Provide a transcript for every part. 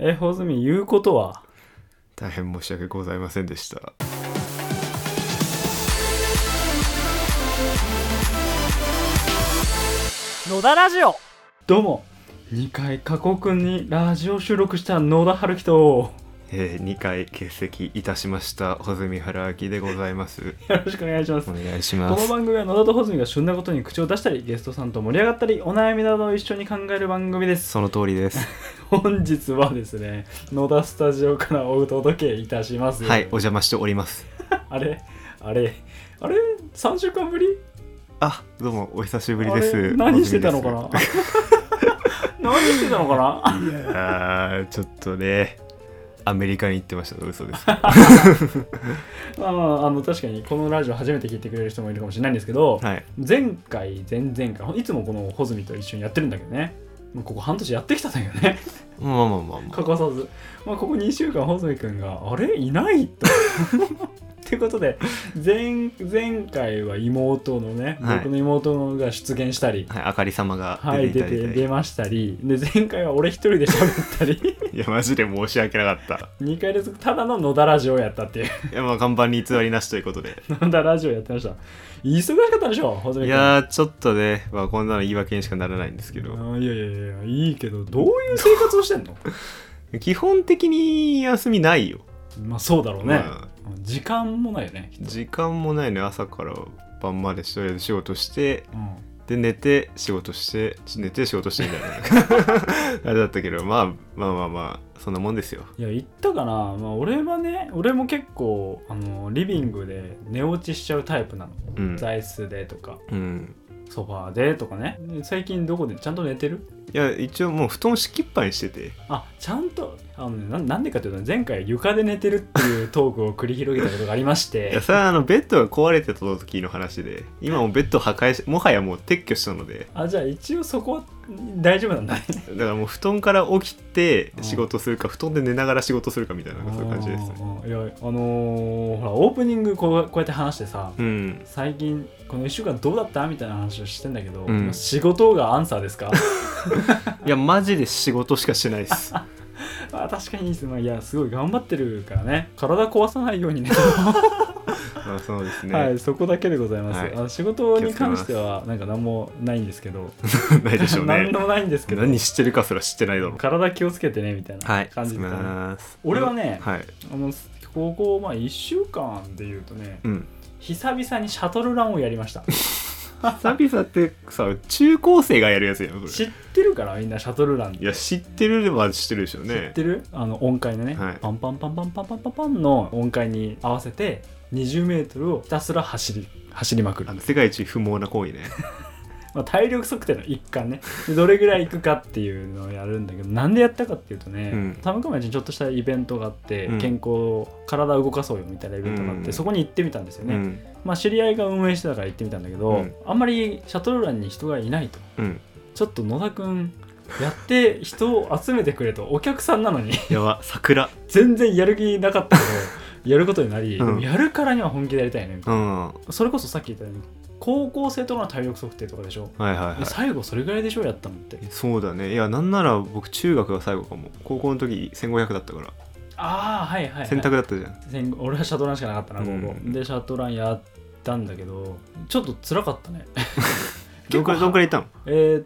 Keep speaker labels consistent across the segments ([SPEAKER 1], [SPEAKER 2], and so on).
[SPEAKER 1] 穂積言うことは？
[SPEAKER 2] 大変申し訳ございませんでした。
[SPEAKER 1] 野田ラジオ。どうも、2回過酷にラジオ収録した野田春樹と、
[SPEAKER 2] 2回欠席いたしました穂積春明でございます。よ
[SPEAKER 1] ろしくお願いします。
[SPEAKER 2] お願いします。
[SPEAKER 1] この番組は野田と穂積が旬なことに口を出したり、ゲストさんと盛り上がったり、お悩みなどを一緒に考える番組です。
[SPEAKER 2] その通りです。
[SPEAKER 1] 本日はですね、野田スタジオからお届けいたします。
[SPEAKER 2] はい、お邪魔しております。
[SPEAKER 1] あれ3週間ぶり？
[SPEAKER 2] あ、どうもお久しぶりです。
[SPEAKER 1] 何してたのかな何してたのかな。
[SPEAKER 2] いやちょっとね、アメリカに行ってました。嘘です。
[SPEAKER 1] 確かにこのラジオ初めて聞いてくれる人もいるかもしれないんですけど、
[SPEAKER 2] はい、
[SPEAKER 1] 前回前々回いつもこの穂積と一緒にやってるんだけどね、ここ半年やってきたんだけどね。
[SPEAKER 2] まあ
[SPEAKER 1] 欠かさず、ここ2週間穂積くんがあれいないとということで、前回は妹のね、はい、僕の妹が出現したり、
[SPEAKER 2] はい、あかり様が出ていただいたり、
[SPEAKER 1] 出ましたりで、前回は俺一人で喋ったり
[SPEAKER 2] いやマジで申し訳なかった。
[SPEAKER 1] 2回連続ただの野田ラジオやったっていう。
[SPEAKER 2] いや看板に偽りなしということで
[SPEAKER 1] 野田ラジオやってました。忙しかったでしょ、穂積君。
[SPEAKER 2] いやちょっとね、こんなの言い訳にしかならないんですけど。
[SPEAKER 1] いやいいけど、どういう生活をしてんの？
[SPEAKER 2] 基本的に休みないよ。
[SPEAKER 1] まあそうだろうね、時間もないよね。
[SPEAKER 2] 時間もないね。朝から晩までとりあえず仕事して、で寝て仕事して寝て仕事してみたいなあれだったけど、まあそんなもんですよ。
[SPEAKER 1] いや言ったかな、俺も結構リビングで寝落ちしちゃうタイプなの、座椅子でとか、ソファーでとかね。最近どこでちゃんと寝てる？
[SPEAKER 2] いや一応もう布団敷きっぱにしてて、
[SPEAKER 1] ちゃんとなんでかというと、前回床で寝てるっていうトークを繰り広げたことがありまして
[SPEAKER 2] いやそれはベッドが壊れてた時の話で、今もベッド破壊しもはやもう撤去したので。
[SPEAKER 1] じゃあ一応そこは大丈夫なんだね。
[SPEAKER 2] だからもう布団から起きて仕事するか、布団で寝ながら仕事するかみたいな、そういう感じです。
[SPEAKER 1] いやほらオープニングこうやって話してさ、最近この1週間どうだったみたいな話をしてんだけど、仕事がアンサーですか？
[SPEAKER 2] いやマジで仕事しかしてないです。
[SPEAKER 1] 確かにいいですね。いやすごい頑張ってるからね、体壊さないようにね。
[SPEAKER 2] そうですね、
[SPEAKER 1] はい、そこだけでございます、はい、仕事に関してはなんか何もないんですけど
[SPEAKER 2] ないでしょうね。
[SPEAKER 1] 何もないんですけど、
[SPEAKER 2] 何知ってるかすら知ってないだろう。
[SPEAKER 1] 体気をつけてねみたいな感じですかね、はい、俺はね、ここ1週間でいうとね、久々にシャトルランをやりました。
[SPEAKER 2] 久々ってさ、中高生がやるやつやん。
[SPEAKER 1] 知ってるからみんなシャトルラン。
[SPEAKER 2] いや知ってるは知ってるでしょうね。
[SPEAKER 1] 知ってる？音階のね、パンパンパンパンパンパンパンパンの音階に合わせて20メートルをひたすら走りまくる。
[SPEAKER 2] 世界一不毛な行為ね。
[SPEAKER 1] 体力測定の一環ね。どれぐらい行くかっていうのをやるんだけど、なんでやったかっていうとね、たむかまちにちょっとしたイベントがあって、健康、体を動かそうよみたいなイベントがあって、そこに行ってみたんですよね。知り合いが運営してたから行ってみたんだけど、あんまりシャトルランに人がいないと、ちょっと野田くんやって人を集めてくれと、お客さんなのに
[SPEAKER 2] やば桜
[SPEAKER 1] 全然やる気なかったけどやることになり、やるからには本気でやりたいねみたいな、それこそさっき言ったように高校生とかの体力測定とかでしょ、最後それぐらいでしょやったのって。
[SPEAKER 2] そうだね。いやなんなら僕中学が最後かも。高校の時1500だったから。選択だったじゃん。
[SPEAKER 1] 俺はシャトランしかなかったな、高校で。シャトランやったんだけどちょっと辛かったね。
[SPEAKER 2] どんくらい行ったの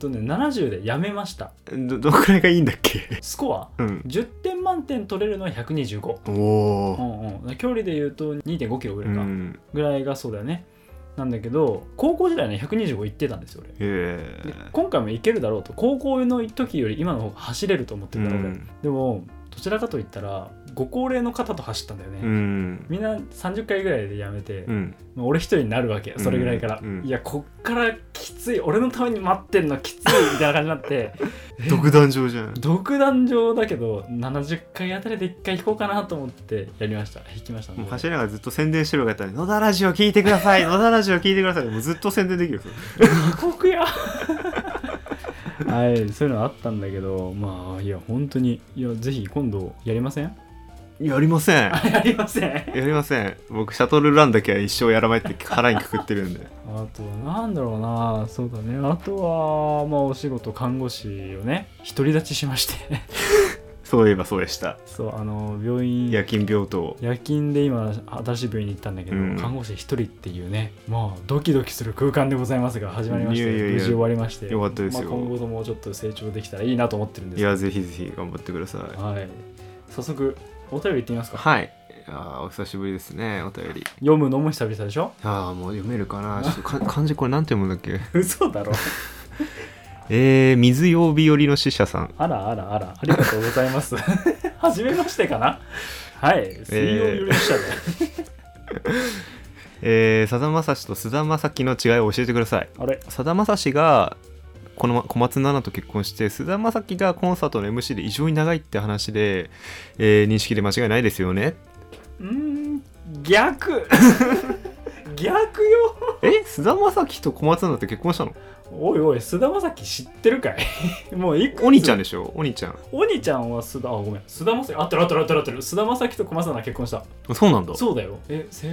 [SPEAKER 1] ？70でやめました。
[SPEAKER 2] どんくらいがいいんだっけ？
[SPEAKER 1] スコア、10点満点取れるのは125。距離で言うと 2.5 キロぐらいか、ぐらいがそうだよね。なんだけど高校時代ね125行ってたんですよ俺。で今回も行けるだろうと、高校の時より今の方が走れると思ってた俺、でもどちらかといったらご高齢の方と走ったんだよね、みんな30回ぐらいでやめて、俺一人になるわけ、それぐらいから、いやこっからきつい、俺のために待ってんのきついみたいな感じになって
[SPEAKER 2] 独壇場じゃん。
[SPEAKER 1] 独壇場だけど70回あたりで1回行こうかなと思って引きました。
[SPEAKER 2] もう走りながらずっと宣伝してるわけだったら、野田ラジオ聞いてください野田ラジオ聞いてください、もうずっと宣伝できるよ。
[SPEAKER 1] 過酷やはい、そういうのあったんだけど、いや本当に、いやぜひ今度やりません？
[SPEAKER 2] やりません。
[SPEAKER 1] やりません。
[SPEAKER 2] やりません。僕シャトルランだけは一生やらないって腹にくくってるんで。
[SPEAKER 1] あとはなんだろうな、そうだね。あとはお仕事看護師をね独り立ちしまして
[SPEAKER 2] そういえばそうでした。
[SPEAKER 1] そう、病院、
[SPEAKER 2] 夜勤病棟、
[SPEAKER 1] 夜勤で今新しい病院に行ったんだけど、看護師一人っていうね、まあドキドキする空間でございますが始まりまして、無事終わりまして、
[SPEAKER 2] よかったですよ。
[SPEAKER 1] 今後ともちょっと成長できたらいいなと思ってるんです。
[SPEAKER 2] いや、ぜひぜひ頑張ってください。
[SPEAKER 1] はい。早速お便り行ってみますか。
[SPEAKER 2] はい。お久しぶりですね。お便り
[SPEAKER 1] 読むのも久々でしょ。
[SPEAKER 2] もう読めるかな。ちょっと漢字これなんて読むんだっけ。
[SPEAKER 1] 嘘だろ。
[SPEAKER 2] 水曜日よりの使者さん。
[SPEAKER 1] あらありがとうございます。はじめましてかな。はい、水曜日よりの使者
[SPEAKER 2] で。さだまさしと菅田将暉の違いを教えてください。
[SPEAKER 1] あれ、
[SPEAKER 2] さだまさしが小松菜奈と結婚して、菅田将暉がコンサートの MC で異常に長いって話で、認識で間違いないですよね。
[SPEAKER 1] 逆よ。
[SPEAKER 2] 菅田将暉と小松菜奈って結婚したの？
[SPEAKER 1] おいおい、菅田将暉知ってるかい。もういくつ。
[SPEAKER 2] お兄ちゃんでしょ。お兄ちゃん
[SPEAKER 1] は菅田将暉、合ってる。菅田将暉と小松菜奈結婚した。
[SPEAKER 2] そうなんだ。
[SPEAKER 1] そうだよ。先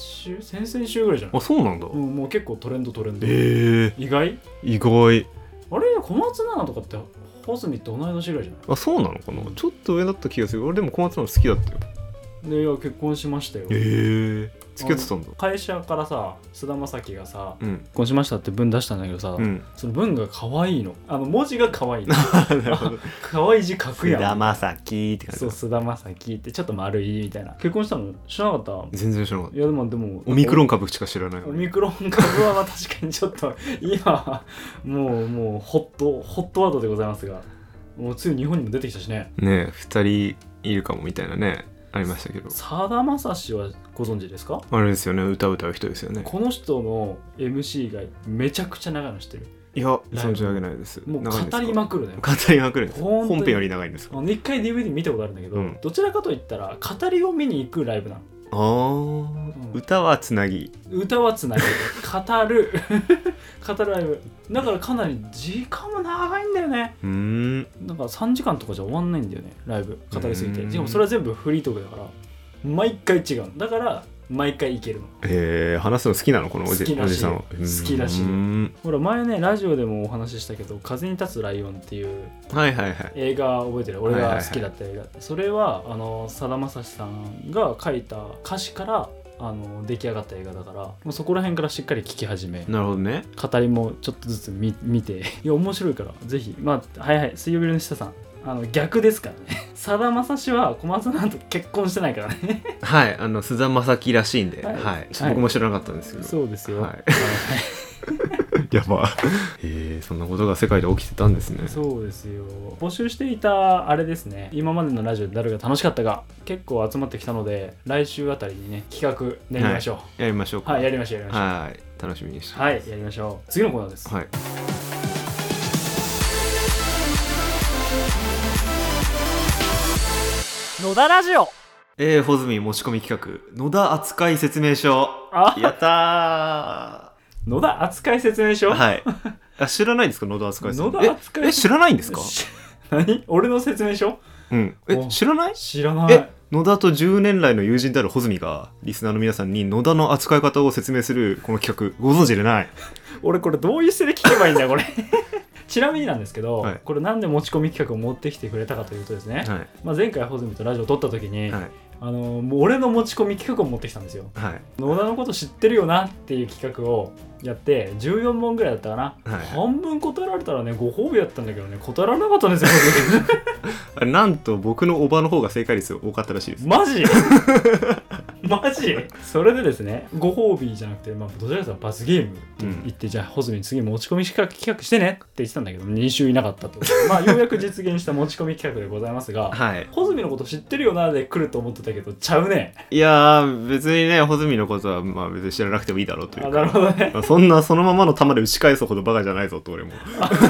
[SPEAKER 1] 々週ぐらいじゃん。
[SPEAKER 2] そうなんだ。
[SPEAKER 1] もう結構トレンド。意外。あれ、小松菜奈とかってホズミって同い年ぐらいじゃない？
[SPEAKER 2] そうなのかな。ちょっと上だった気がする。俺でも小松菜奈好きだったよ。
[SPEAKER 1] で、いや、結婚しましたよ。
[SPEAKER 2] 付き合ってたんだ。
[SPEAKER 1] 会社からさ、菅田将暉がさ、結婚しましたって文出したんだけどさ、その文が可愛いの。文字が可愛いの。可愛い字書くやん。
[SPEAKER 2] 菅田将暉って感じ。
[SPEAKER 1] そう、菅田将暉ってちょっと丸いみたいな。結婚したの知らなかった？
[SPEAKER 2] 全然知らなかった。
[SPEAKER 1] いや、でも
[SPEAKER 2] オミクロン株しか知らない。
[SPEAKER 1] オミクロン株は確かにちょっと今もうホットワードでございますが、もうつい日本にも出てきたしね。
[SPEAKER 2] ね、2人いるかもみたいなね。ありましたけど。
[SPEAKER 1] さだまさしはご存知ですか？
[SPEAKER 2] あれですよね、歌う人ですよね。
[SPEAKER 1] この人の MC がめちゃくちゃ長いの知ってる？
[SPEAKER 2] いや、存じ上げないです。
[SPEAKER 1] もう語りまくるね。
[SPEAKER 2] 語りまくるんです。本編より長いんですか？
[SPEAKER 1] 一回 DVD 見たことあるんだけど、どちらかといったら語りを見に行くライブなの。
[SPEAKER 2] 歌はつなぎ、
[SPEAKER 1] 語るライブだからかなり時間も長いんだよね。なんか3時間とかじゃ終わんないんだよね、ライブ語りすぎて。でもそれは全部フリートークだから毎回違う。だから毎回行ける
[SPEAKER 2] の。話すの好きなのこのおじさんは。
[SPEAKER 1] 好きらしい。ほら前ねラジオでもお話ししたけど、風に立つライオンっていう映画覚えてる？俺が好きだった映画。それはさだまさしさんが書いた歌詞から出来上がった映画だから、もうそこら辺からしっかり聞き始め。
[SPEAKER 2] なるほどね。
[SPEAKER 1] 語りもちょっとずつ見て、いや面白いからぜひ。水曜日の下さん逆ですからね。さだまさしは小松菜奈と結婚してないからね。
[SPEAKER 2] はい、菅田将暉らしいんで、ちょっと僕も知らなかったんですけど。
[SPEAKER 1] そうですよ。
[SPEAKER 2] やば。そんなことが世界で起きてたんですね。
[SPEAKER 1] そうですよ。募集していたあれですね、今までのラジオで誰が楽しかったか結構集まってきたので、来週あたりにね企画練りましょう。
[SPEAKER 2] やりましょうか。
[SPEAKER 1] はい、やりましょう。
[SPEAKER 2] はい、楽しみにしてます。
[SPEAKER 1] はい、やりましょう。次のコーナーです。
[SPEAKER 2] はい。
[SPEAKER 1] 野田ラジオ。
[SPEAKER 2] ホズミ持ち込み企画、野田扱い説明書。やった
[SPEAKER 1] ー。野田扱い説明書。
[SPEAKER 2] はい。知らないんですか？野田扱い説明書。
[SPEAKER 1] 野田扱い
[SPEAKER 2] 知らないんですか？
[SPEAKER 1] 何？俺の説明書？
[SPEAKER 2] 知らない？
[SPEAKER 1] 知らない。
[SPEAKER 2] 野田と10年来の友人であるホズミがリスナーの皆さんに野田の扱い方を説明するこの企画、ご存知でない？
[SPEAKER 1] 俺これどういう姿勢で聞けばいいんだよこれ。ちなみになんですけど、これなんで持ち込み企画を持ってきてくれたかというとですね、前回ホズミとラジオを撮った時に、もう俺の持ち込み企画を持ってきたんですよ。野田のこと知ってるよなっていう企画をやって14問ぐらいだったかな、半分答えられたらねご褒美だったんだけどね、答えられなかったんですよ。
[SPEAKER 2] なんと僕のおばの方が正解率多かったらしいです。
[SPEAKER 1] マジ？マジ？それでですね、ご褒美じゃなくて、どちらかというと罰ゲームって言って、じゃあホズミ次持ち込み企画してねって言ってたんだけど、2週いなかったと。ようやく実現した持ち込み企画でございますが、ホズミのこと知ってるよなで来ると思ってたけどちゃうね。
[SPEAKER 2] いやー、別にね、ホズミのことは別に知らなくてもいいだろうというか。
[SPEAKER 1] なるほどね。
[SPEAKER 2] そのままの球で打ち返すほどバカじゃないぞと俺も。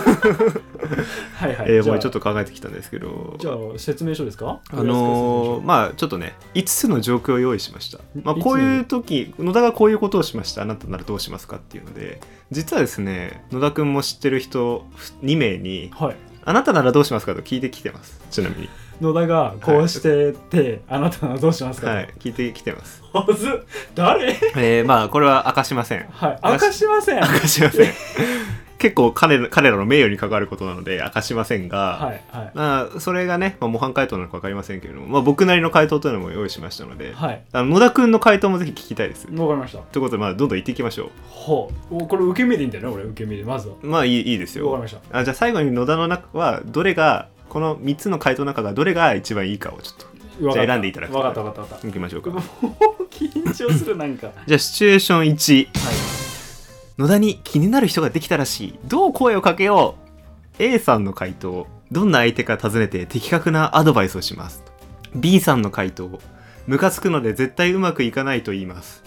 [SPEAKER 2] ちょっと考えてきたんですけど。
[SPEAKER 1] じゃあ説明書ですか？
[SPEAKER 2] ちょっとね、5つの状況を用意しました。こういう時、野田がこういうことをしました、あなたならどうしますかっていうので、実はですね、野田くんも知ってる人2名に、あなたならどうしますかと聞いてきてます。ちなみに
[SPEAKER 1] 野田がこうしてて、あなたならどうしますか？
[SPEAKER 2] 聞いてきてます。
[SPEAKER 1] 誰？
[SPEAKER 2] これは明かしません。
[SPEAKER 1] 明かしません。
[SPEAKER 2] 結構彼らの名誉に関わることなので明かしませんが、
[SPEAKER 1] はいはい、
[SPEAKER 2] まあ、それがね、まあ、模範解答なのか分かりませんけれども、まあ、僕なりの回答というのも用意しましたので、
[SPEAKER 1] はい、
[SPEAKER 2] 野田くんの回答もぜひ聞きたいです。
[SPEAKER 1] わかりました。
[SPEAKER 2] ということで、まあ、どんどん言っていきましょう。
[SPEAKER 1] ほう、これ受け身でいいんだよね、俺受け身でまずは。
[SPEAKER 2] まあいいですよ。
[SPEAKER 1] わかりました。
[SPEAKER 2] じゃあ最後に野田の中はどれがこの3つの回答の中がどれが一番いいかをちょっとじゃあ選んでいただくと。
[SPEAKER 1] 分かった
[SPEAKER 2] いきましょうか。
[SPEAKER 1] もう緊張するなんか
[SPEAKER 2] じゃあシチュエーション1、
[SPEAKER 1] はい、
[SPEAKER 2] 野田に気になる人ができたらしい、どう声をかけよう。 A さんの回答、どんな相手か尋ねて的確なアドバイスをします。 B さんの回答、ムカつくので絶対うまくいかないと言います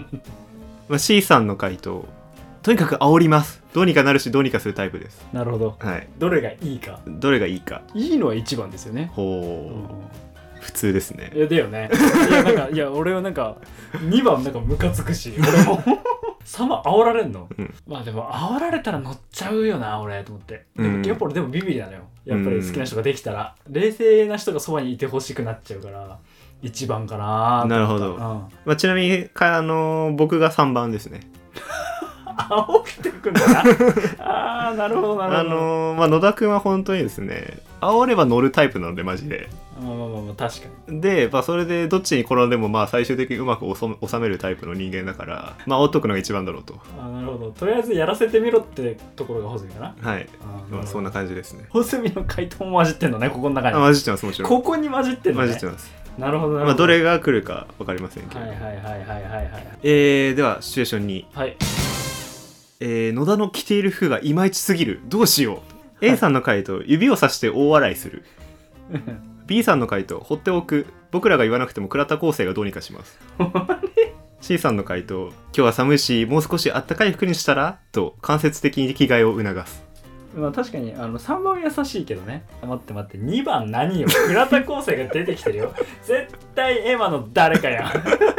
[SPEAKER 2] C さんの回答、とにかく煽ります、どうにかなるしどうにかするタイプです。
[SPEAKER 1] なるほど、
[SPEAKER 2] はい、
[SPEAKER 1] どれがいいか。
[SPEAKER 2] どれがいいか。
[SPEAKER 1] いいのは1番ですよね。
[SPEAKER 2] ほう、普通ですね。
[SPEAKER 1] だよね。いや俺はなんか2番なんかムカつくし、俺も3番煽られんの、まあでも煽られたら乗っちゃうよな俺と思って。でもやっぱ俺でもビビりなのよ、やっぱり好きな人ができたら、冷静な人がそばにいてほしくなっちゃうから1番かな。
[SPEAKER 2] なるほど、まあ、ちなみに僕が3番ですね。
[SPEAKER 1] 煽ってくんだななるほどなるほど。
[SPEAKER 2] まあ、野田くんは本当にですね、煽れば乗るタイプなのでマジで。
[SPEAKER 1] まあ確かに。
[SPEAKER 2] で、まあ、それでどっちに転んでもまあ最終的にうまく収めるタイプの人間だから、まあ煽っとくのが一番だろうと。
[SPEAKER 1] なるほど。とりあえずやらせてみろってところがホズミかな。
[SPEAKER 2] はい、まあ、そんな感じですね。
[SPEAKER 1] ホズミの回答も混じってんのね、ここの中に。
[SPEAKER 2] 混じってます、もちろん。
[SPEAKER 1] ここに混じってんのね。
[SPEAKER 2] 混じってます。
[SPEAKER 1] なるほどなるほど。
[SPEAKER 2] まあ、どれが来るか分かりませんけど。ではシチュエーション2、はい、野田の着ている服がいまいちすぎる、どうしよう。 A さんの回答、指をさして大笑いするB さんの回答、放っておく、僕らが言わなくても倉田康生がどうにかしますC さんの回答、今日は寒いしもう少しあったかい服にしたらと間接的に着替えを促す。
[SPEAKER 1] まあ確かに3番優しいけどね。待って2番何よ、倉田康生が出てきてるよ絶対エマの誰かやん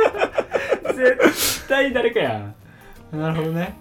[SPEAKER 1] 絶対誰かやん。なるほどね。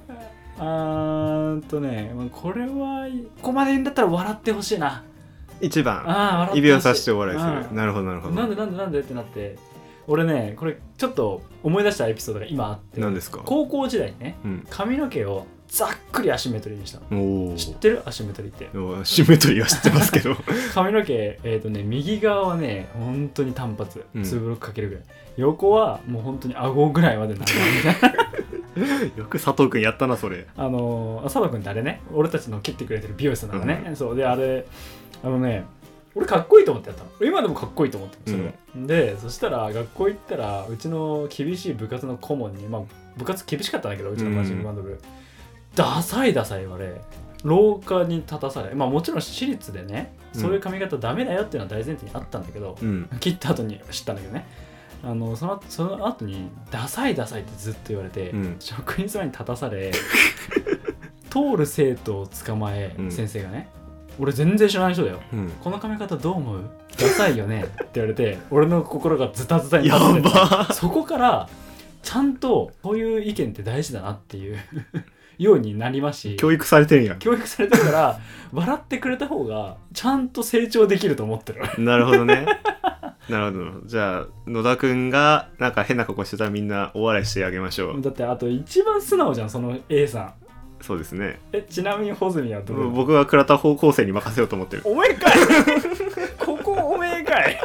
[SPEAKER 1] これはここまで言うんだったら笑ってほしいな。
[SPEAKER 2] 1番、指をさしてお笑いする。なるほどなるほど。
[SPEAKER 1] なんでってなって、俺ねこれちょっと思い出したエピソードが今あって。
[SPEAKER 2] 何ですか。
[SPEAKER 1] 高校時代にね、髪の毛をざっくりアシンメトリーにしたの。知ってる？アシンメトリーって。
[SPEAKER 2] アシンメトリーは知ってますけど
[SPEAKER 1] 髪の毛右側はね本当に単発、2ブロックかけるぐらい、横はもう本当に顎ぐらいまで長いみたいな
[SPEAKER 2] よく佐藤くんやったなそれ。
[SPEAKER 1] 佐藤くんってあれね、俺たちの切ってくれてる美容師さんなんだね、そうで、あれ俺かっこいいと思ってやったの。今でもかっこいいと思ってるそれは、でそしたら学校行ったらうちの厳しい部活の顧問に、まあ部活厳しかったんだけど、うちのマジックバンド部、ダサい言われ、廊下に立たされ、まあもちろん私立でね、そういう髪型ダメだよっていうのは大前提にあったんだけど、切った後に知ったんだけどね、その後にダサいってずっと言われて、職員様に立たされ通る生徒を捕まえ、先生がね、俺全然知らない人だよ、この髪型どう思う？ダサいよねって言われて、俺の心がズタズタになって、そこからちゃんとそういう意見って大事だなっていうようになりますし、
[SPEAKER 2] 教育されてるんや。
[SPEAKER 1] 教育されてるから笑ってくれた方がちゃんと成長できると思ってる
[SPEAKER 2] なるほどねなるほど。じゃあ野田くんがなんか変な格好してたらみんな大笑いしてあげましょう。
[SPEAKER 1] だってあと一番素直じゃん、その A さん。
[SPEAKER 2] そうですね。
[SPEAKER 1] ちなみに穂積はどう？
[SPEAKER 2] 僕は倉田高校生に任せようと思ってる。
[SPEAKER 1] お前かいここおめえかい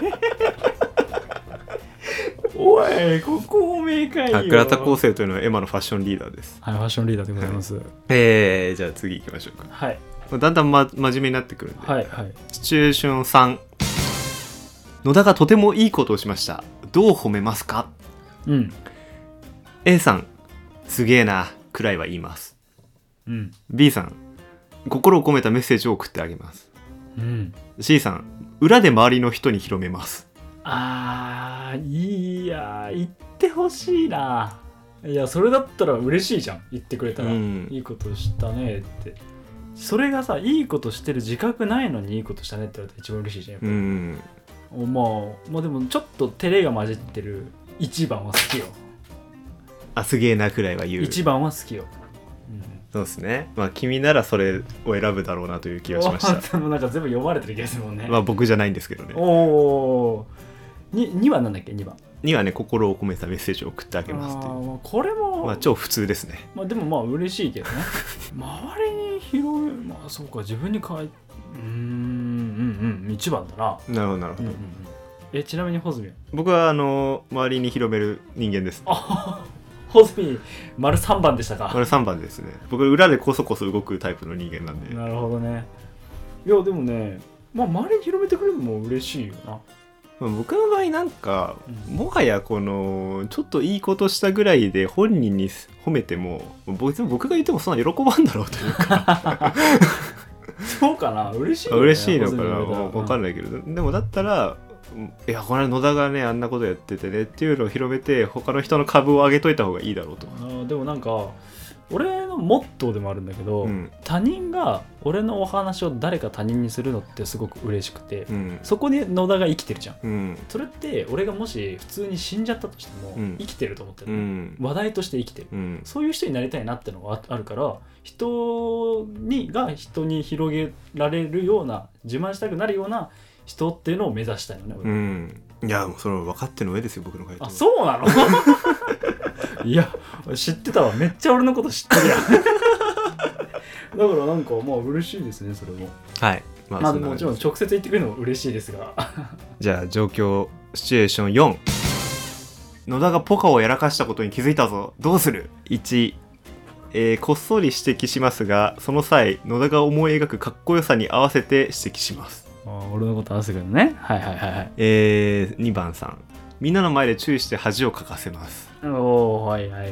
[SPEAKER 1] おい、ここおめえかいよ。
[SPEAKER 2] 倉田高生というのはエマのファッションリーダーです。
[SPEAKER 1] はい、ファッションリーダーでございます、
[SPEAKER 2] じゃあ次行きましょうか。
[SPEAKER 1] はい。
[SPEAKER 2] だんだん、真面目になってくるんで、
[SPEAKER 1] はい
[SPEAKER 2] シチュエーション3、野田がとてもいいことをしました、どう褒めますか。A さん、すげえなくらいは言います。B さん、心を込めたメッセージを送ってあげます。C さん、裏で周りの人に広めます。
[SPEAKER 1] いや言ってほしいな。いやそれだったら嬉しいじゃん、言ってくれたら、いいことしたねって。それがさ、いいことしてる自覚ないのにいいことしたねって言われたら一番嬉しいじゃん、やっぱり。まあでもちょっと照れが混じってる1番は好きよ。
[SPEAKER 2] すげえなくらいは言う。
[SPEAKER 1] 1番は好きよ。
[SPEAKER 2] そうですね。まあ君ならそれを選ぶだろうなという気がしました。
[SPEAKER 1] でもなんか全部読まれてる気がするもんね。
[SPEAKER 2] まあ僕じゃないんですけどね。
[SPEAKER 1] 2はなんだっけ2番
[SPEAKER 2] 2はね心を込めたメッセージを送ってあげますっていう。
[SPEAKER 1] これも、
[SPEAKER 2] まあ、超普通ですね。
[SPEAKER 1] まあ、でもまあ嬉しいけどね周りに広めまあそうか自分に変え1番だな。
[SPEAKER 2] なるほどなるほど、
[SPEAKER 1] ちなみにホズミは
[SPEAKER 2] 僕は周りに広める人間です、ね、
[SPEAKER 1] ホズミ丸3番でしたか。
[SPEAKER 2] 丸3番ですね。僕裏でコソコソ動くタイプの人間なんで。
[SPEAKER 1] なるほどね。いやでもね、まあ周りに広めてくれるのも嬉しいよな。
[SPEAKER 2] 僕の場合なんか、もはやこのちょっといいことしたぐらいで本人に褒めても僕が言ってもそんな喜ばんだろうというか
[SPEAKER 1] そうかな、嬉しいよね。
[SPEAKER 2] 嬉しいのかな分かんないけど、でもだったらいやこの野田がねあんなことやっててねっていうのを広めて他の人の株を上げといた方がいいだろうと。
[SPEAKER 1] でもなんか俺のモットーでもあるんだけど、他人が俺のお話を誰か他人にするのってすごく嬉しくて、そこに野田が生きてるじゃん、それって俺がもし普通に死んじゃったとしても、生きてると思ってる、話題として生きてる、そういう人になりたいなってのがあるから人に広げられるような自慢したくなるような人っていうのを目指したいのね、俺。
[SPEAKER 2] いやもうそれ分かっての上ですよ僕の回答。
[SPEAKER 1] あ、そうなのいや知ってたわ、めっちゃ俺のこと知ってるやんだからなんかまあ嬉しいですねそれも。
[SPEAKER 2] はい、
[SPEAKER 1] まあでももちろん直接言ってくれるのも嬉しいですが
[SPEAKER 2] じゃあ状況シチュエーション4。野田がポカをやらかしたことに気づいたぞ、どうする。1、こっそり指摘しますがその際野田が思い描くかっこよさに合わせて指摘します。
[SPEAKER 1] 俺のこと合わせてくるのね。はいはいはいはい。
[SPEAKER 2] 2番さん、みんなの前で注意して恥をかかせます。
[SPEAKER 1] はいはいはいはい。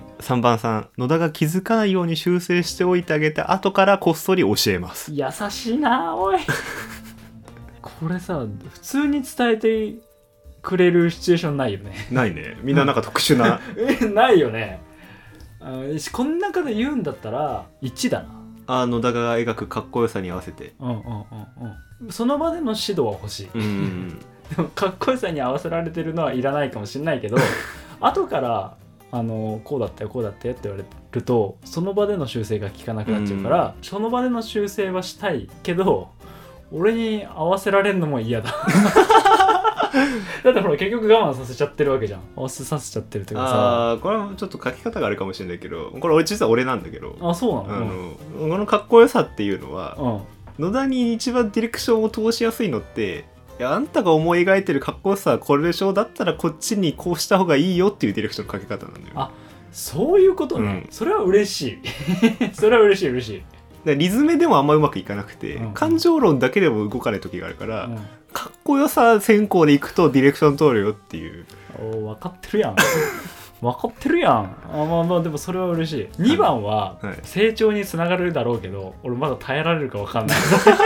[SPEAKER 2] 3番さん、野田が気づかないように修正しておいてあげて後からこっそり教えます。
[SPEAKER 1] 優しいなおいこれさ普通に伝えてくれるシチュエーションないよね。
[SPEAKER 2] ないね、みんななんか特殊な
[SPEAKER 1] ないよね。こん中で言うんだったら1だな。
[SPEAKER 2] 野田が描くかっこよさに合わせて、
[SPEAKER 1] その場での指導は欲しい、でもかっこよさに合わせられてるのはいらないかもしれないけど後からこうだったよこうだったよって言われるとその場での修正が効かなくなっちゃうから、その場での修正はしたいけど俺に合わせられるのも嫌だだってほら結局我慢させちゃってるわけじゃん。合わせさせちゃってるっていうかさ。
[SPEAKER 2] これはちょっと書き方があるかもしれないけど、これ実は俺なんだけど。
[SPEAKER 1] そうなの。
[SPEAKER 2] このかっこよさっていうのは、野田に一番ディレクションを通しやすいのって、いやあんたが思い描いてるかっこよさはこれでしょ、だったらこっちにこうした方がいいよっていうディレクションの書き方なんだよ。
[SPEAKER 1] あ、そういうことね。それは嬉しいそれは嬉しい嬉しい。
[SPEAKER 2] リズムでもあんまうまくいかなくて、感情論だけでも動かない時があるから、かっこよさ先行でいくとディレクション通るよっていう。
[SPEAKER 1] 分かってるやん分かってるやん。まあでもそれは嬉しい。2番は成長につながるだろうけど、俺まだ耐えられるか分かんない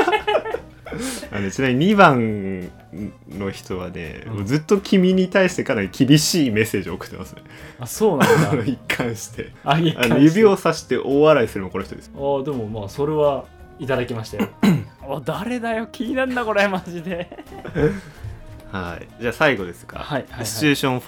[SPEAKER 2] ちなみに2番の人はね、ずっと君に対してかなり厳しいメッセージを送ってますね。
[SPEAKER 1] あ、そうなんだ
[SPEAKER 2] 一貫して
[SPEAKER 1] 指
[SPEAKER 2] をさして大笑いするのもこの人です。
[SPEAKER 1] でもまあそれはいただきましたよ誰だよ、気になるんだこれマジで
[SPEAKER 2] はい、じゃあ最後ですか。
[SPEAKER 1] はいはいはい、
[SPEAKER 2] シチュエーション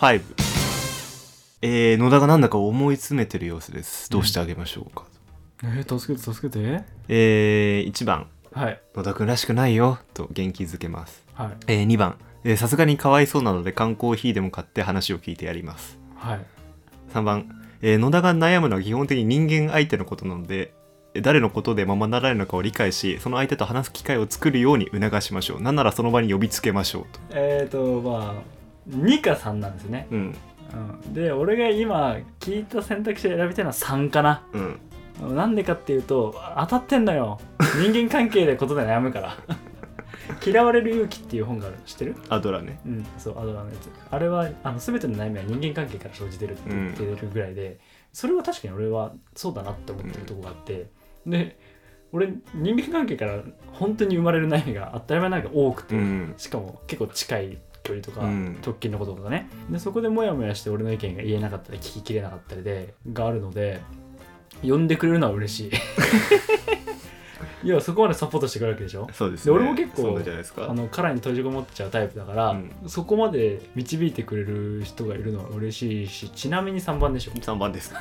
[SPEAKER 2] 5。野田がなんだか思い詰めてる様子です。どうしてあげましょうか。
[SPEAKER 1] 助けて助けて。
[SPEAKER 2] 1番、
[SPEAKER 1] はい、
[SPEAKER 2] 野田くんらしくないよと元気づけます。
[SPEAKER 1] はい、
[SPEAKER 2] 2番、さすがにかわいそうなので缶コーヒーでも買って話を聞いてやります。
[SPEAKER 1] はい、
[SPEAKER 2] 3番、野田が悩むのは基本的に人間相手のことなので、誰のことでままならないのかを理解し、その相手と話す機会を作るように促しましょう。なんならその場に呼びつけましょう
[SPEAKER 1] と。まあ2か3なんですね。で俺が今聞いた選択肢で選びたいのは3かな。なんでかっていうと当たってんのよ人間関係でことで悩むから嫌われる勇気っていう本があるの知ってる？
[SPEAKER 2] アドラね。
[SPEAKER 1] そうアドラのやつ。あれは全ての悩みは人間関係から生じてるって言ってるぐらいで、それは確かに俺はそうだなって思ってるところがあって、で俺人間関係から本当に生まれる悩みが当たり前なんか多くて、しかも結構近い距離とか、直近のこととかね。でそこでモヤモヤして俺の意見が言えなかったり聞ききれなかったりでがあるので、呼んでくれるのは嬉しいいやそこまでサポートしてくれるわけでしょ。
[SPEAKER 2] そうですね。
[SPEAKER 1] で俺も結構
[SPEAKER 2] じゃないですか、
[SPEAKER 1] 殻に閉じこもっちゃうタイプだから、そこまで導いてくれる人がいるのは嬉しいし、ちなみに3番でしょ。
[SPEAKER 2] 3番です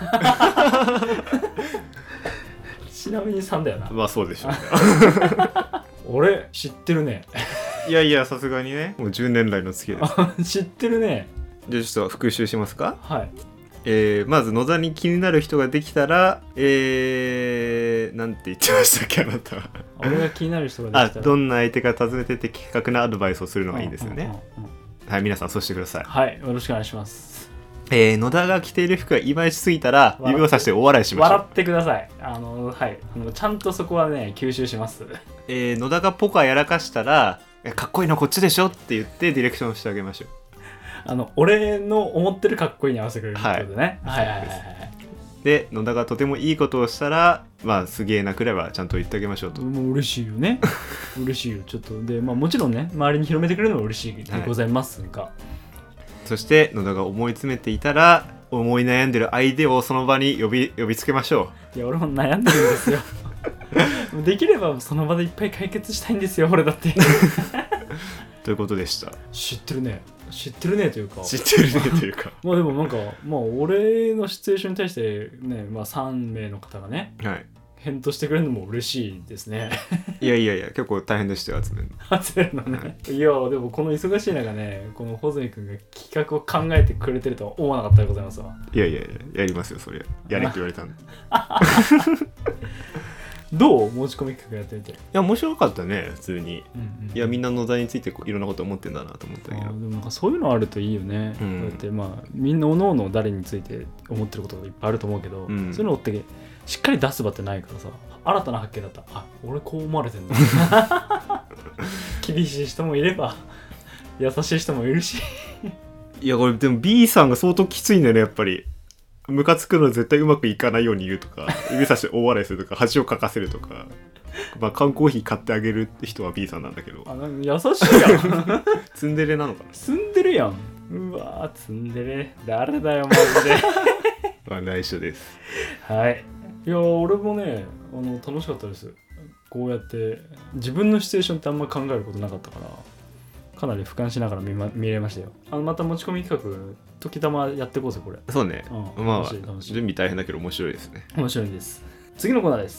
[SPEAKER 1] ちなみに3だよな。
[SPEAKER 2] まあそうでしょうね
[SPEAKER 1] 俺知ってるね
[SPEAKER 2] いやいや、さすがにね、もう10年来の付き合いです。
[SPEAKER 1] 知ってるね。
[SPEAKER 2] じゃあちょっと復習しますか。
[SPEAKER 1] はい。
[SPEAKER 2] まず野田に気になる人ができたら、なんて言ってましたっけ、あなたは。
[SPEAKER 1] 俺が気になる人ができたら、
[SPEAKER 2] どんな相手が訪ねてて的確なアドバイスをするのがいいんですよね。はい、皆さんそうしてください。
[SPEAKER 1] はい、よろしくお願いします。
[SPEAKER 2] 野田が着ている服がいまいちすぎたら指をさしてお笑いしましょう。
[SPEAKER 1] 笑ってください。はい、ちゃんとそこはね吸収します。
[SPEAKER 2] 野田がポカやらかしたらかっこいいのこっちでしょって言ってディレクションしてあげましょう。
[SPEAKER 1] 俺の思ってるかっこいいに合わせてくれるってことね。はいはいはいはい。
[SPEAKER 2] で野田がとてもいいことをしたらまあすげえなくらいはちゃんと言ってあげましょうと。
[SPEAKER 1] もう嬉しいよね。嬉しいよちょっとで、まあもちろんね周りに広めてくれるのも嬉しいでございますが、はい、
[SPEAKER 2] そして野田が思い詰めていたら思い悩んでる相手をその場に呼びつけましょう。
[SPEAKER 1] いや俺も悩んでるんですよ。できればその場でいっぱい解決したいんですよ俺だって。
[SPEAKER 2] ということでした。
[SPEAKER 1] 知ってるねというか
[SPEAKER 2] 知ってるねというか
[SPEAKER 1] まあでもなんかまあ俺のシチュエーションに対してね、まあ、3名の方がね、はい、返答してくれるのも嬉しいですね。
[SPEAKER 2] いや結構大変でしたよ集める
[SPEAKER 1] のね、はい、いやでもこの忙しい中ねこの穂積君が企画を考えてくれてるとは思わなかったでございますわ。
[SPEAKER 2] いややりますよそれやれって言われたんで。
[SPEAKER 1] どう持ち込み企画やってみて。い
[SPEAKER 2] や面白かったね普通に、いやみんな野田についていろんなこと思ってんだなと思ったけど。
[SPEAKER 1] でもなんかそういうのあるといいよね、だってまあみんなおのおの誰について思ってることがいっぱいあると思うけど、そういうのってしっかり出す場ってないからさ新たな発見だった。あ俺こう思われてんだ。厳しい人もいれば優しい人もいるし。
[SPEAKER 2] いやこれでも B さんが相当きついんだよねやっぱり。ムカつくの絶対うまくいかないように言うとか指さして大笑いするとか恥をかかせるとか、まあ缶コーヒー買ってあげるって人は B さんなんだけど。
[SPEAKER 1] 優しいやん。
[SPEAKER 2] ツンデレなのかな。
[SPEAKER 1] ツンデレやん。うわツンデレ誰だよマジで。
[SPEAKER 2] まあ内緒です。
[SPEAKER 1] はい。いや俺もね楽しかったです。こうやって自分のシチュエーションってあんま考えることなかったからかなり俯瞰しながら見れましたよ。また持ち込み企画時たまやっていこうぜこれ。
[SPEAKER 2] そうね、まあ準備大変だけど面白いですね。
[SPEAKER 1] 面白いです。次のコーナーです。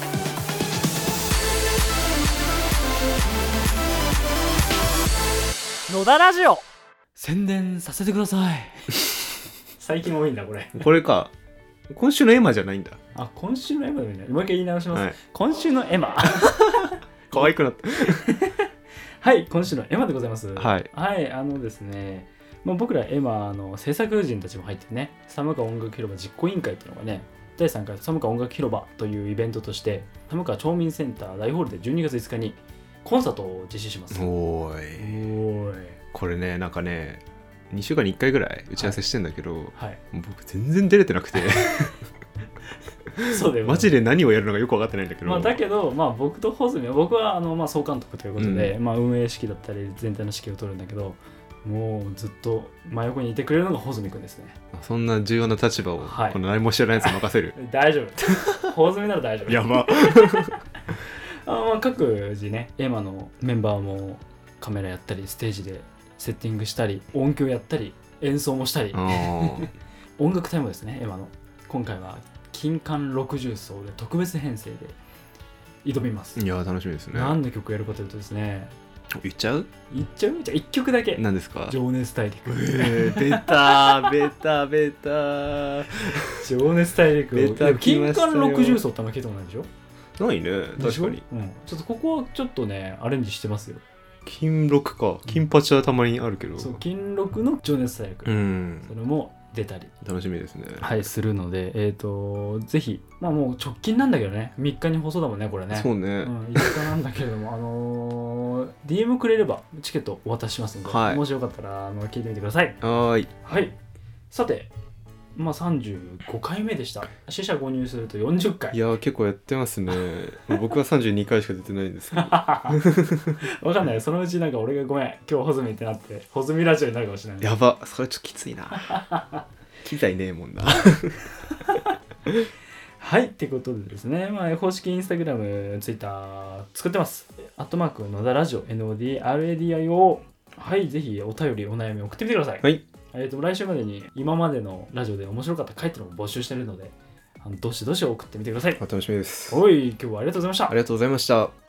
[SPEAKER 1] 野田ラジオ宣伝させてください。最近多いんだこれ。
[SPEAKER 2] これか今週のエマじゃないんだ。
[SPEAKER 1] 今週のエマだよね。もう一回言い直します、はい、今週のエマ。
[SPEAKER 2] 可愛くなった。
[SPEAKER 1] はい今週のエマでございます。
[SPEAKER 2] はい、
[SPEAKER 1] はい、ですね、まあ、僕らエマの制作人たちも入ってね寒川音楽広場実行委員会っていうのがね第3回寒川音楽広場というイベントとして寒川町民センター大ホールで12月5日にコンサートを実施します。
[SPEAKER 2] おーいこれねなんかね2週間に1回ぐらい打ち合わせしてんだけど、はい、僕全然出れてなくて。そうだよ、ね、マジで何をやるのかよく分かってないんだけど、
[SPEAKER 1] まあ、だけど、まあ、僕と穂積は僕はまあ、総監督ということで、まあ、運営指揮だったり全体の指揮を取るんだけどもうずっと真横にいてくれるのが穂積君ですね。
[SPEAKER 2] そんな重要な立場を、はい、この何も知らないやつに任せる。
[SPEAKER 1] 大丈夫。穂積なら大丈夫。
[SPEAKER 2] やば。
[SPEAKER 1] まあ、各自ねエマのメンバーもカメラやったりステージでセッティングしたり音響やったり演奏もしたり音楽隊もですねエマの今回は金管60奏で特別編成で挑みます。
[SPEAKER 2] いや楽しみですね。
[SPEAKER 1] 何の曲やるかというとですね
[SPEAKER 2] 言っちゃう
[SPEAKER 1] じゃあ1曲だけ。
[SPEAKER 2] 何ですか。
[SPEAKER 1] 情熱大陸。
[SPEAKER 2] ベタ
[SPEAKER 1] 情熱大陸。金管60奏ってあんま聞いたことないでしょ。
[SPEAKER 2] ないね確かに、
[SPEAKER 1] ちょっとここはちょっとねアレンジしてますよ。
[SPEAKER 2] 金六か金八はたまにあるけど、
[SPEAKER 1] そう金六の情熱大陸、それも出たり
[SPEAKER 2] 楽しみですね。
[SPEAKER 1] はいするのでぜひまあもう直近なんだけどね3日に放送だもんねこれね。
[SPEAKER 2] そうね、
[SPEAKER 1] 5日なんだけれどもDM くれればチケットお渡ししますので、はい、もしよかったら聞いてみてください。はいさてまあ35回目でした。死者誤入すると40回。
[SPEAKER 2] いや結構やってますね。僕は32回しか出てないんですけど。
[SPEAKER 1] わかんない。そのうちなんか俺がごめん今日ホズミってなってホズミラジオになるかもしれない。
[SPEAKER 2] やばそれちょっときついな。機材ねえもんな。
[SPEAKER 1] はいってことでですね、まあ、公式インスタグラムツイッター作ってます。@野田ラジオ NODRADIO。はいぜひお便りお悩み送ってみてください。はい。来週までに今までのラジオで面白かった回っていうのも募集してるのでどしどし送ってみてください。
[SPEAKER 2] 楽しみです。
[SPEAKER 1] おい今日はありがとうございました。
[SPEAKER 2] ありがとうございました。